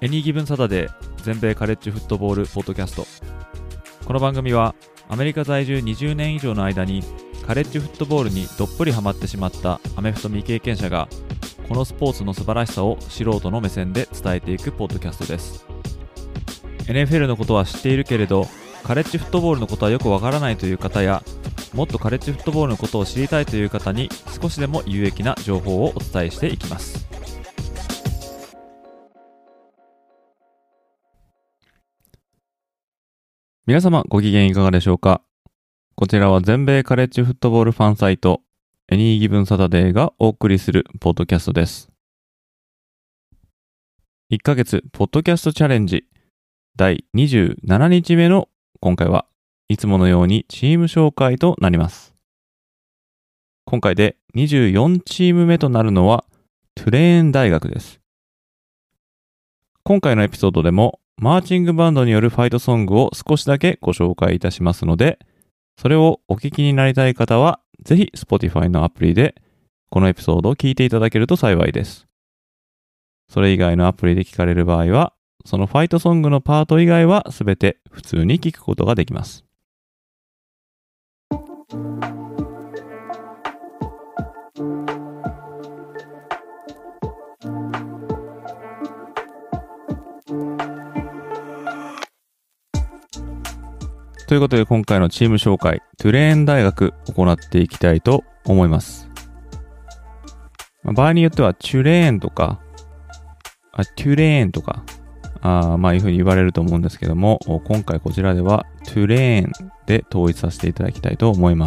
エニーギブンサタデー全米カレッジフットボールポッドキャスト。この番組はアメリカ在住20年以上の間にカレッジフットボールにどっぷりハマってしまったアメフト未経験者がこのスポーツの素晴らしさを素人の目線で伝えていくポッドキャストです。 NFL のことは知っているけれどカレッジフットボールのことはよくわからないという方や、もっとカレッジフットボールのことを知りたいという方に少しでも有益な情報をお伝えしていきます。皆様ご機嫌いかがでしょうか。こちらは全米カレッジフットボールファンサイトエニーギブンサタデーがお送りするポッドキャストです。1ヶ月ポッドキャストチャレンジ第27日目の今回はいつものようにチーム紹介となります。今回で24チーム目となるのはトゥレーン大学です。今回のエピソードでもマーチングバンドによるファイトソングを少しだけご紹介いたしますので、それをお聞きになりたい方はぜひ Spotify のアプリでこのエピソードを聞いていただけると幸いです。それ以外のアプリで聞かれる場合はそのファイトソングのパート以外はすべて普通に聞くことができます。ということで今回のチーム紹介、トゥレーン大学行っていきたいと思います。場合によってはトゥレーンとかトゥレーンとかいうふうに言われると思うんですけども、今回こちらではトゥレーンで統一させていただきたいと思います。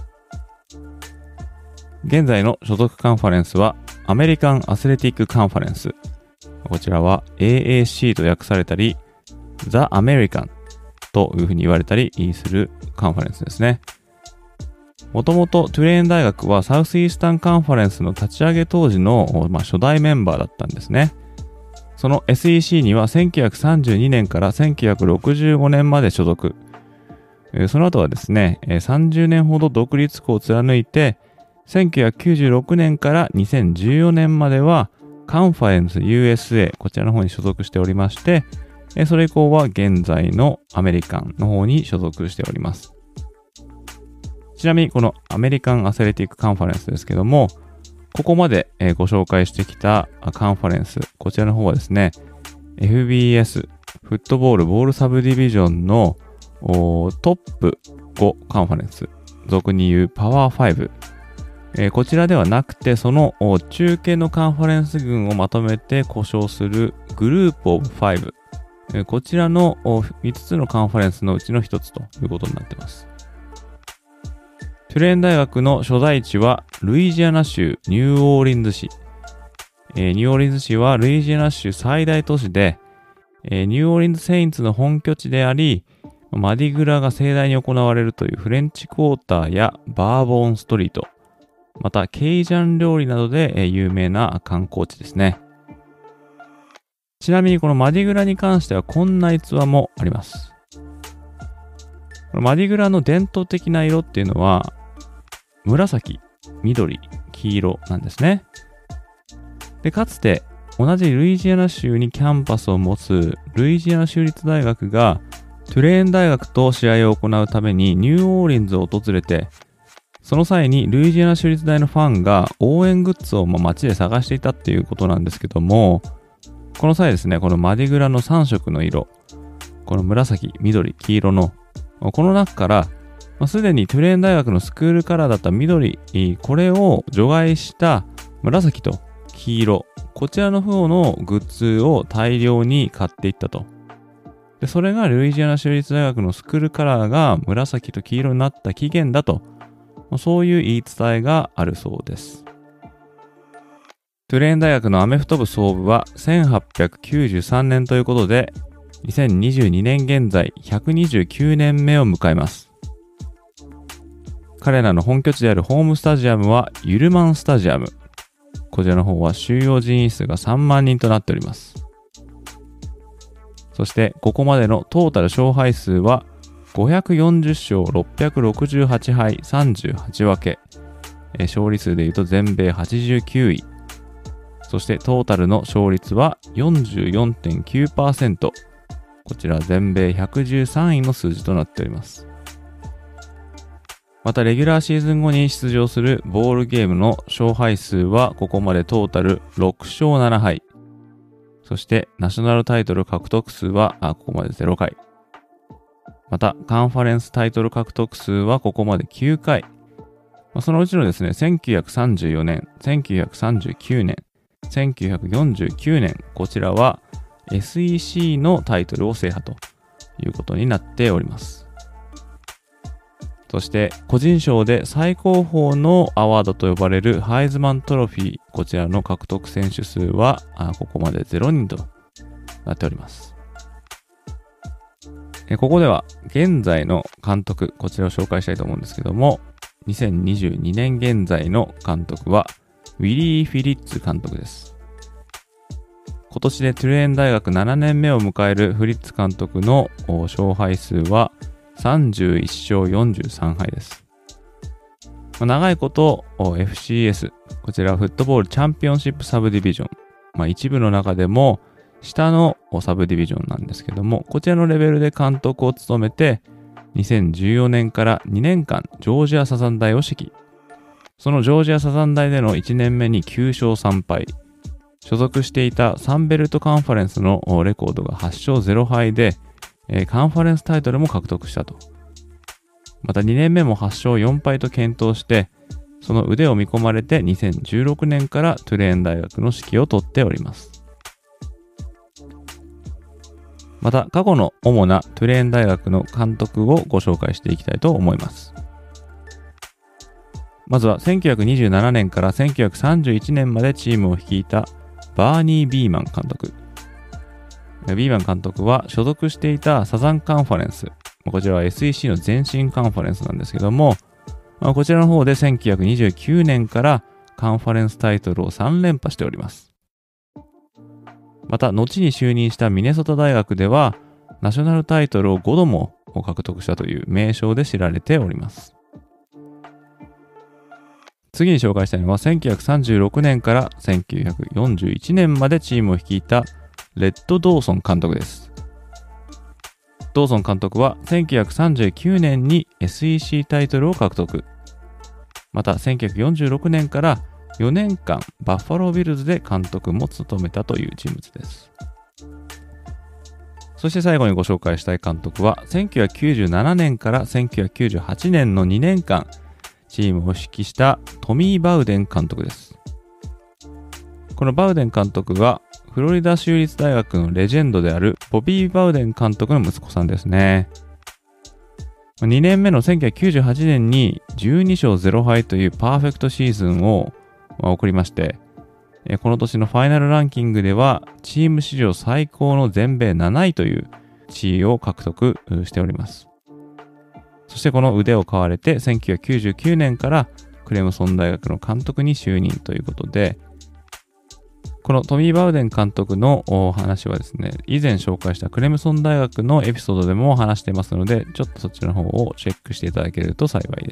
現在の所属カンファレンスはアメリカンアスレティックカンファレンス。こちらは AAC と訳されたり The American というふうに言われたりするカンファレンスですね。もともとトゥレーン大学はサウスイースタンカンファレンスの立ち上げ当時の、初代メンバーだったんですね。その SEC には1932年から1965年まで所属。その後はですね、30年ほど独立校を貫いて、1996年から2014年まではカンファレンス USA こちらの方に所属しておりまして、それ以降は現在のアメリカンの方に所属しております。ちなみにこのアメリカンアスレティックカンファレンスですけども、ここまでご紹介してきたカンファレンス、こちらの方はですね、FBS フットボールボールサブディビジョンのトップ5カンファレンス、俗に言うパワー5、こちらではなくてその中堅のカンファレンス群をまとめて呼称するグループオブ5、こちらの5つのカンファレンスのうちの1つということになっています。トゥレーン大学の所在地はルイジアナ州ニューオーリンズ市。ニューオーリンズ市はルイジアナ州最大都市で、ニューオーリンズセインツの本拠地であり、マディグラが盛大に行われるというフレンチクォーターやバーボンストリート、またケイジャン料理などで有名な観光地ですね。ちなみにこのマディグラに関してはこんな逸話もあります。マディグラの伝統的な色っていうのは紫、緑、黄色なんですね。で、かつて同じルイジアナ州にキャンパスを持つルイジアナ州立大学がトゥレーン大学と試合を行うためにニューオーリンズを訪れて、その際にルイジアナ州立大のファンが応援グッズを街で探していたっていうことなんですけども、この際ですね、このマディグラの3色の色、この紫、緑、黄色のこの中からすでにトゥレーン大学のスクールカラーだった緑、これを除外した紫と黄色、こちらの方のグッズを大量に買っていったと。で、それがルイジアナ州立大学のスクールカラーが紫と黄色になった起源だと、そういう言い伝えがあるそうです。トゥレーン大学のアメフト部創部は1893年ということで、2022年現在129年目を迎えます。彼らの本拠地であるホームスタジアムはユルマンスタジアム。こちらの方は収容人員数が3万人となっております。そしてここまでのトータル勝敗数は540勝668敗38分け。勝利数でいうと全米89位。 そしてトータルの勝率は 44.9%。こちら全米113位の数字となっております。またレギュラーシーズン後に出場するボールゲームの勝敗数はここまでトータル6勝7敗。そしてナショナルタイトル獲得数はここまで0回。またカンファレンスタイトル獲得数はここまで9回。そのうちのですね、1934年、1939年、1949年、こちらは SEC のタイトルを制覇ということになっております。そして個人賞で最高峰のアワードと呼ばれるハイズマントロフィー、こちらの獲得選手数はここまで0人となっております。ここでは現在の監督、こちらを紹介したいと思うんですけども、2022年現在の監督はウィリー・フィリッツ監督です。今年でトゥルエン大学7年目を迎えるフリッツ監督の勝敗数は31勝43敗です。長いこと FCS、こちらはフットボールチャンピオンシップサブディビジョン、一部の中でも下のサブディビジョンなんですけども、こちらのレベルで監督を務めて、2014年から2年間ジョージアサザン大を指揮。そのジョージアサザン大での1年目に9勝3敗。所属していたサンベルトカンファレンスのレコードが8勝0敗で、カンファレンスタイトルも獲得したと。また2年目も8勝4敗と健闘して、その腕を見込まれて2016年からトゥレーン大学の指揮を執っております。また過去の主なトゥレーン大学の監督をご紹介していきたいと思います。まずは1927年から1931年までチームを率いたバーニー・ビーマン監督。ビーマン監督は所属していたサザンカンファレンス。こちらは SEC の前身カンファレンスなんですけども、こちらの方で1929年からカンファレンスタイトルを3連覇しております。また、後に就任したミネソタ大学では、ナショナルタイトルを5度も獲得したという名称で知られております。次に紹介したいのは、1936年から1941年までチームを率いたレッド・ドーソン監督です。ドーソン監督は1939年に SEC タイトルを獲得。また1946年から4年間バッファロービルズで監督も務めたという人物です。そして最後にご紹介したい監督は1997年から1998年の2年間チームを指揮したトミー・バウデン監督です。このバウデン監督がフロリダ州立大学のレジェンドであるボビー・バウデン監督の息子さんですね。2年目の1998年に12勝0敗というパーフェクトシーズンを送りまして、この年のファイナルランキングではチーム史上最高の全米7位という地位を獲得しております。そしてこの腕を買われて1999年からクレムソン大学の監督に就任ということで、このトミー・バウデン監督のお話はですね、以前紹介したクレムソン大学のエピソードでも話していますので、ちょっとそちらの方をチェックしていただけると幸いです。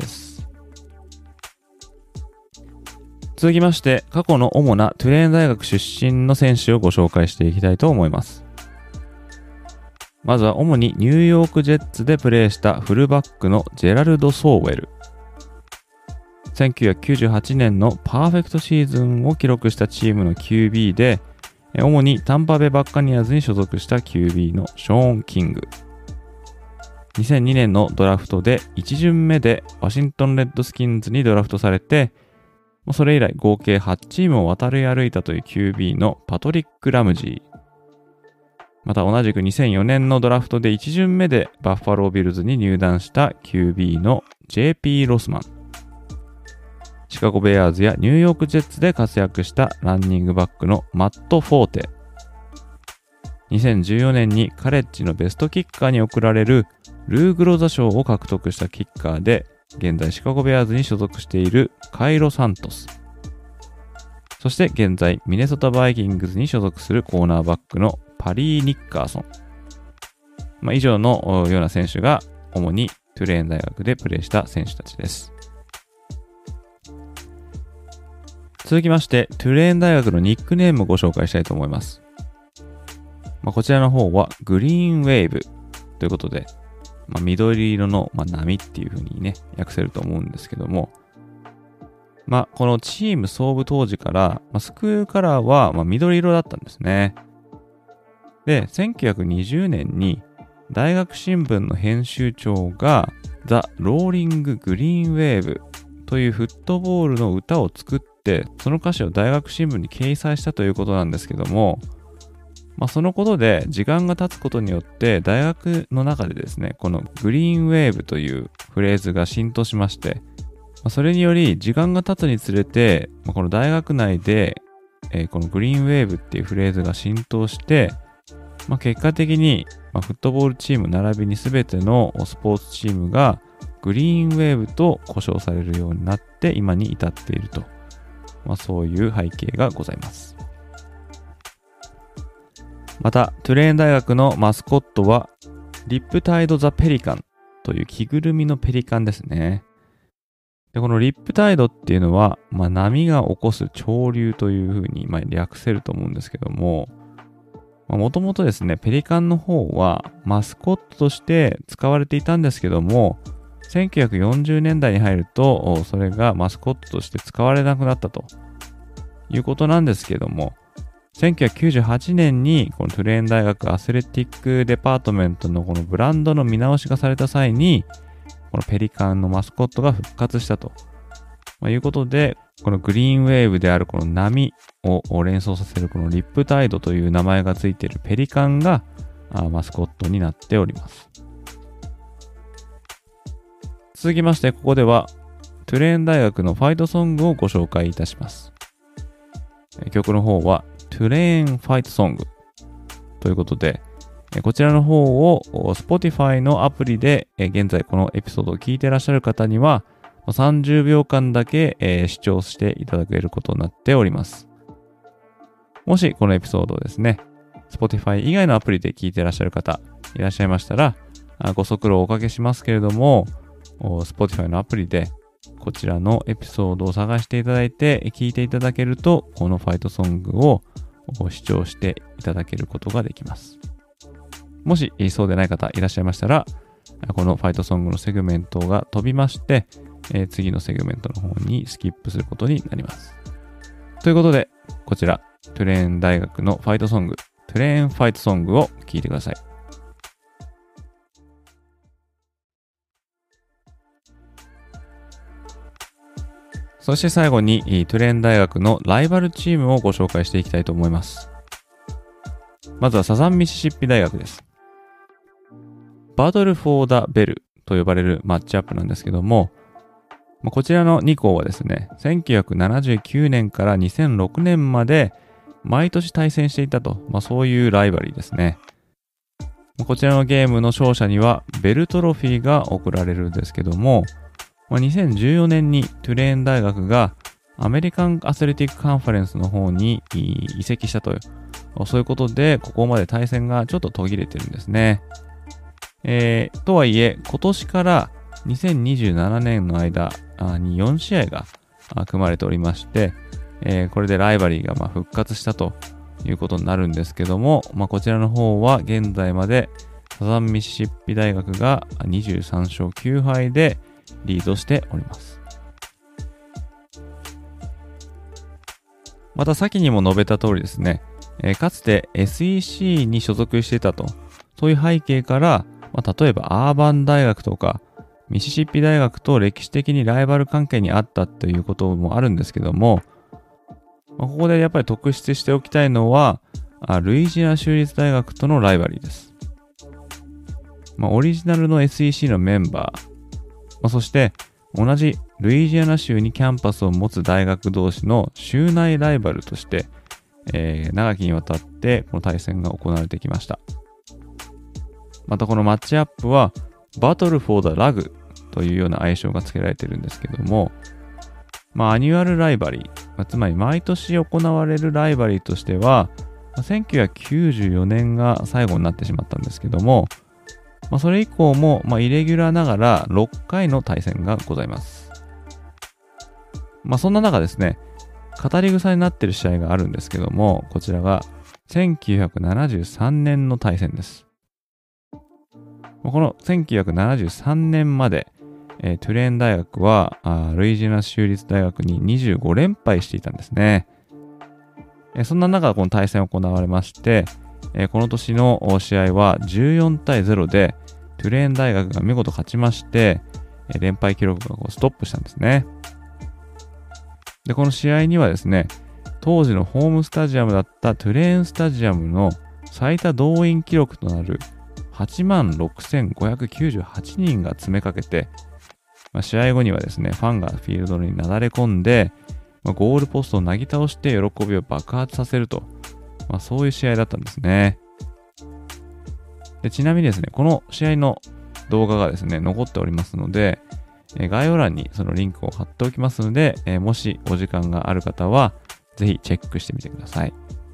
続きまして、過去の主なトゥレーン大学出身の選手をご紹介していきたいと思います。まずは主にニューヨークジェッツでプレーしたフルバックのジェラルド・ソーウェル。1998年のパーフェクトシーズンを記録したチームの QB で、主にタンパベバッカニアーズに所属した QB のショーン・キング。2002年のドラフトで1巡目でワシントンレッドスキンズにドラフトされて、それ以来合計8チームを渡り歩いたという QB のパトリック・ラムジー。また同じく2004年のドラフトで1巡目でバッファロービルズに入団した QB の JP ロスマン。シカゴベアーズやニューヨークジェッツで活躍したランニングバックのマット・フォーテ。2014年にカレッジのベストキッカーに贈られるルーグロザ賞を獲得したキッカーで、現在シカゴベアーズに所属しているカイロ・サントス。そして現在ミネソタバイキングズに所属するコーナーバックのパリー・ニッカーソン。以上のような選手が主にトゥレーン大学でプレーした選手たちです。 続きまして、トゥレーン大学のニックネームをご紹介したいと思います。こちらの方はグリーンウェーブということで、緑色の、波っていう風にね、訳せると思うんですけども、このチーム創部当時から、スクールカラーは、緑色だったんですね。で、1920年に大学新聞の編集長がザ・ローリング・グリーンウェーブというフットボールの歌を作って、その歌詞を大学新聞に掲載したということなんですけども、そのことで時間が経つことによって大学の中でですね、このグリーンウェーブというフレーズが浸透しまして、それにより時間が経つにつれて、この大学内で、このグリーンウェーブっていうフレーズが浸透して、結果的に、フットボールチーム並びに全てのスポーツチームがグリーンウェーブと呼称されるようになって今に至っていると、そういう背景がございます。また、トゥレーン大学のマスコットはリップタイド・ザ・ペリカンという着ぐるみのペリカンですね。で、このリップタイドっていうのは、波が起こす潮流というふうに、略せると思うんですけども、もともとですね、ペリカンの方はマスコットとして使われていたんですけども、1940年代に入ると、それがマスコットとして使われなくなったということなんですけども、1998年にこのトゥレーン大学アスレティックデパートメントのこのブランドの見直しがされた際に、このペリカンのマスコットが復活したと、いうことで、このグリーンウェーブであるこの波を連想させるこのリップタイドという名前がついているペリカンがマスコットになっております。続きまして、ここではトゥレーン大学のファイトソングをご紹介いたします。曲の方はトゥレーンファイトソングということで、こちらの方を Spotify のアプリで現在このエピソードを聞いていらっしゃる方には30秒間だけ視聴していただけることになっております。もしこのエピソードをですね、Spotify 以外のアプリで聞いていらっしゃる方いらっしゃいましたら、ご足労をおかけしますけれども、Spotify のアプリでこちらのエピソードを探していただいて聞いていただけると、このファイトソングを視聴していただけることができます。もしそうでない方いらっしゃいましたら、このファイトソングのセグメントが飛びまして、次のセグメントの方にスキップすることになります。ということで、こちら、トゥレーン大学のファイトソング、トゥレーンファイトソングを聴いてください。そして最後にトゥレーン大学のライバルチームをご紹介していきたいと思います。まずはサザンミシシッピ大学です。バトル・フォー・ダ・ベルと呼ばれるマッチアップなんですけども、こちらの2校はですね、1979年から2006年まで毎年対戦していたと、そういうライバリーですね。こちらのゲームの勝者にはベルトロフィーが贈られるんですけども、2014年にトゥレーン大学がアメリカンアスレティックカンファレンスの方に移籍したという、そういうことでここまで対戦がちょっと途切れてるんですね。とはいえ、今年から2027年の間に4試合が組まれておりまして、これでライバリーが復活したということになるんですけども、こちらの方は現在までサザンミシシッピ大学が23勝9敗でリードしております。また先にも述べた通りですね、かつて SEC に所属していたと、そういう背景から、例えばアーバン大学とかミシシッピ大学と歴史的にライバル関係にあったということもあるんですけども、ここでやっぱり特筆しておきたいのはルイジア州立大学とのライバリーです。オリジナルの SEC のメンバー、そして同じルイジアナ州にキャンパスを持つ大学同士の州内ライバルとして、長きにわたってこの対戦が行われてきました。またこのマッチアップはバトル・フォー・ダ・ラグというような愛称が付けられているんですけども、アニュアルライバリー、つまり毎年行われるライバリーとしては、1994年が最後になってしまったんですけども、それ以降もイレギュラーながら6回の対戦がございます。そんな中ですね、 語り草になっている試合があるんですけども、こちらが1973年の対戦です。この1973年まで、トゥレーン大学はルイジアナ州立大学に25連敗していたんですね。そんな中、この対戦行われまして、この年の試合は14対0でトゥレーン大学が見事勝ちまして、連敗記録がストップしたんですね。で、この試合にはですね、当時のホームスタジアムだったトゥレーンスタジアムの最多動員記録となる86,598人が詰めかけて、試合後にはですね、ファンがフィールドになだれ込んで、ゴールポストをなぎ倒して喜びを爆発させると、そういう試合だったんですね。で、ちなみにですね、この試合の動画がですね、残っておりますので、概要欄にそのリンクを貼っておきますので、もしお時間がある方は、ぜひチェックしてみてください。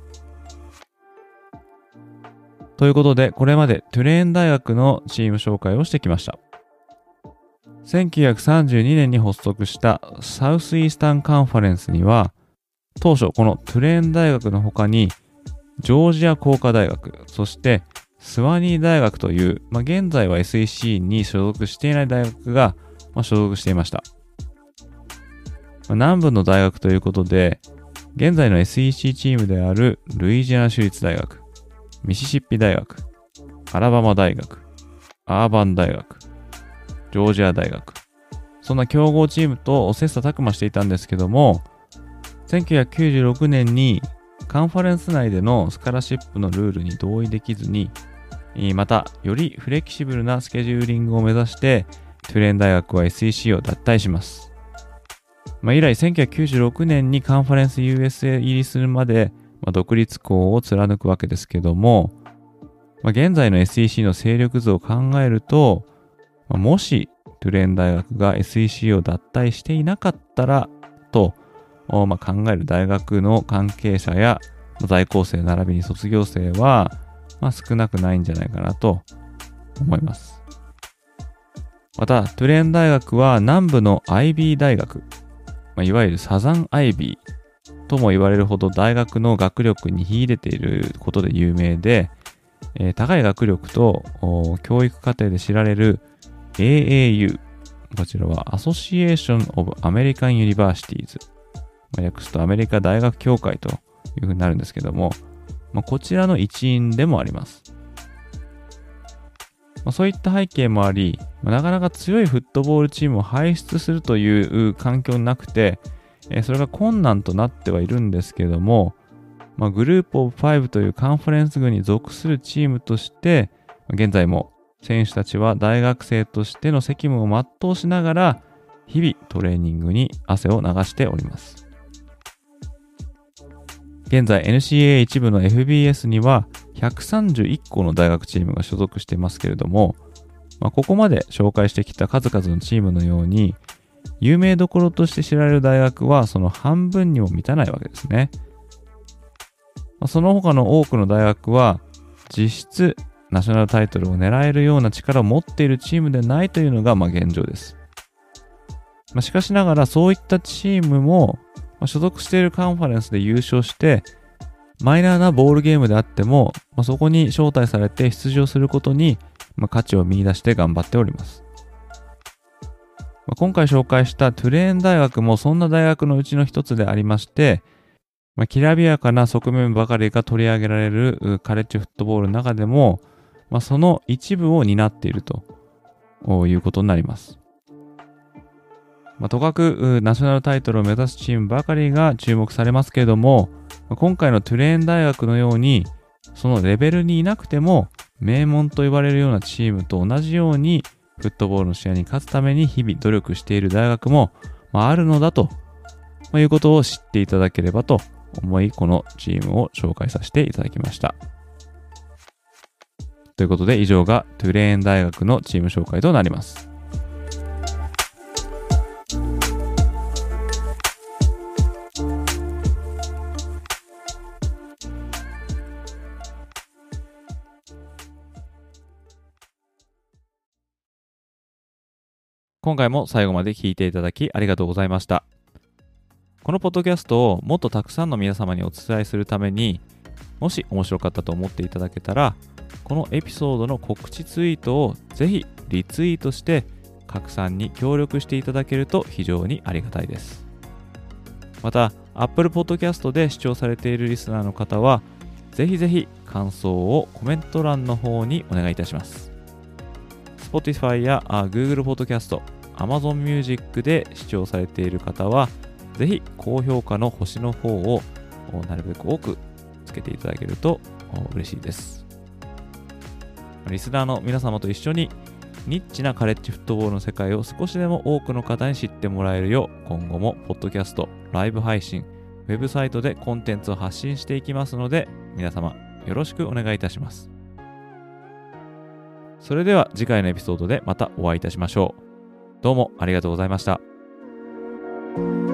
ということで、これまでトゥレーン大学のチーム紹介をしてきました。1932年に発足したサウスイースタンカンファレンスには、当初このトゥレーン大学の他に、ジョージア工科大学、そしてスワニー大学という、現在は SEC に所属していない大学が、所属していました。南部の大学ということで、現在の SEC チームであるルイジアナ州立大学、ミシシッピ大学、アラバマ大学、アーバン大学、ジョージア大学、そんな強豪チームと切磋琢磨していたんですけども、1996年にカンファレンス内でのスカラシップのルールに同意できずに、またよりフレキシブルなスケジューリングを目指してトゥレーン大学は SEC を脱退します。以来1996年にカンファレンス USA 入りするまで、独立校を貫くわけですけども、現在の SEC の勢力図を考えると、もしトゥレーン大学が SEC を脱退していなかったらと、考える大学の関係者や在校生並びに卒業生は、少なくないんじゃないかなと思います。また、トゥレーン大学は南部の IB 大学、いわゆるサザン IB とも言われるほど大学の学力に秀でていることで有名で、高い学力と教育課程で知られる AAU、こちらは Association of American Universities、訳すとアメリカ大学協会というふうになるんですけども、こちらの一員でもあります。そういった背景もあり、なかなか強いフットボールチームを輩出するという環境になくて、それが困難となってはいるんですけども、グループオブ5というカンファレンス群に属するチームとして、現在も選手たちは大学生としての責務を全うしながら、日々トレーニングに汗を流しております。現在 NCAA 一部の FBS には131校の大学チームが所属していますけれども、ここまで紹介してきた数々のチームのように、有名どころとして知られる大学はその半分にも満たないわけですね。その他の多くの大学は実質ナショナルタイトルを狙えるような力を持っているチームでないというのが現状です。しかしながらそういったチームも所属しているカンファレンスで優勝してマイナーなボールゲームであっても、そこに招待されて出場することに価値を見出して頑張っております。今回紹介したトゥレーン大学もそんな大学のうちの一つでありまして、きらびやかな側面ばかりが取り上げられるカレッジフットボールの中でも、その一部を担っているということになります。とかくナショナルタイトルを目指すチームばかりが注目されますけれども、今回のトゥレーン大学のようにそのレベルにいなくても名門と言われるようなチームと同じようにフットボールの試合に勝つために日々努力している大学もあるのだということを知っていただければと思い、このチームを紹介させていただきました。ということで以上がトゥレーン大学のチーム紹介となります。今回も最後まで聞いていただきありがとうございました。 このポッドキャストをもっとたくさんの皆様にお伝えするために、もし面白かったと思っていただけたら、このエピソードの告知ツイートをぜひリツイートして拡散に協力していただけると非常にありがたいです。また、Apple Podcast で視聴されているリスナーの方は、ぜひぜひ感想をコメント欄の方にお願いいたします。Spotify やGoogle Podcast、Amazon Music で視聴されている方は、ぜひ高評価の星の方をなるべく多くつけていただけると嬉しいです。リスナーの皆様と一緒にニッチなカレッジフットボールの世界を少しでも多くの方に知ってもらえるよう、今後もポッドキャスト、ライブ配信、ウェブサイトでコンテンツを発信していきますので、皆様よろしくお願いいたします。それでは次回のエピソードでまたお会いいたしましょう。どうもありがとうございました。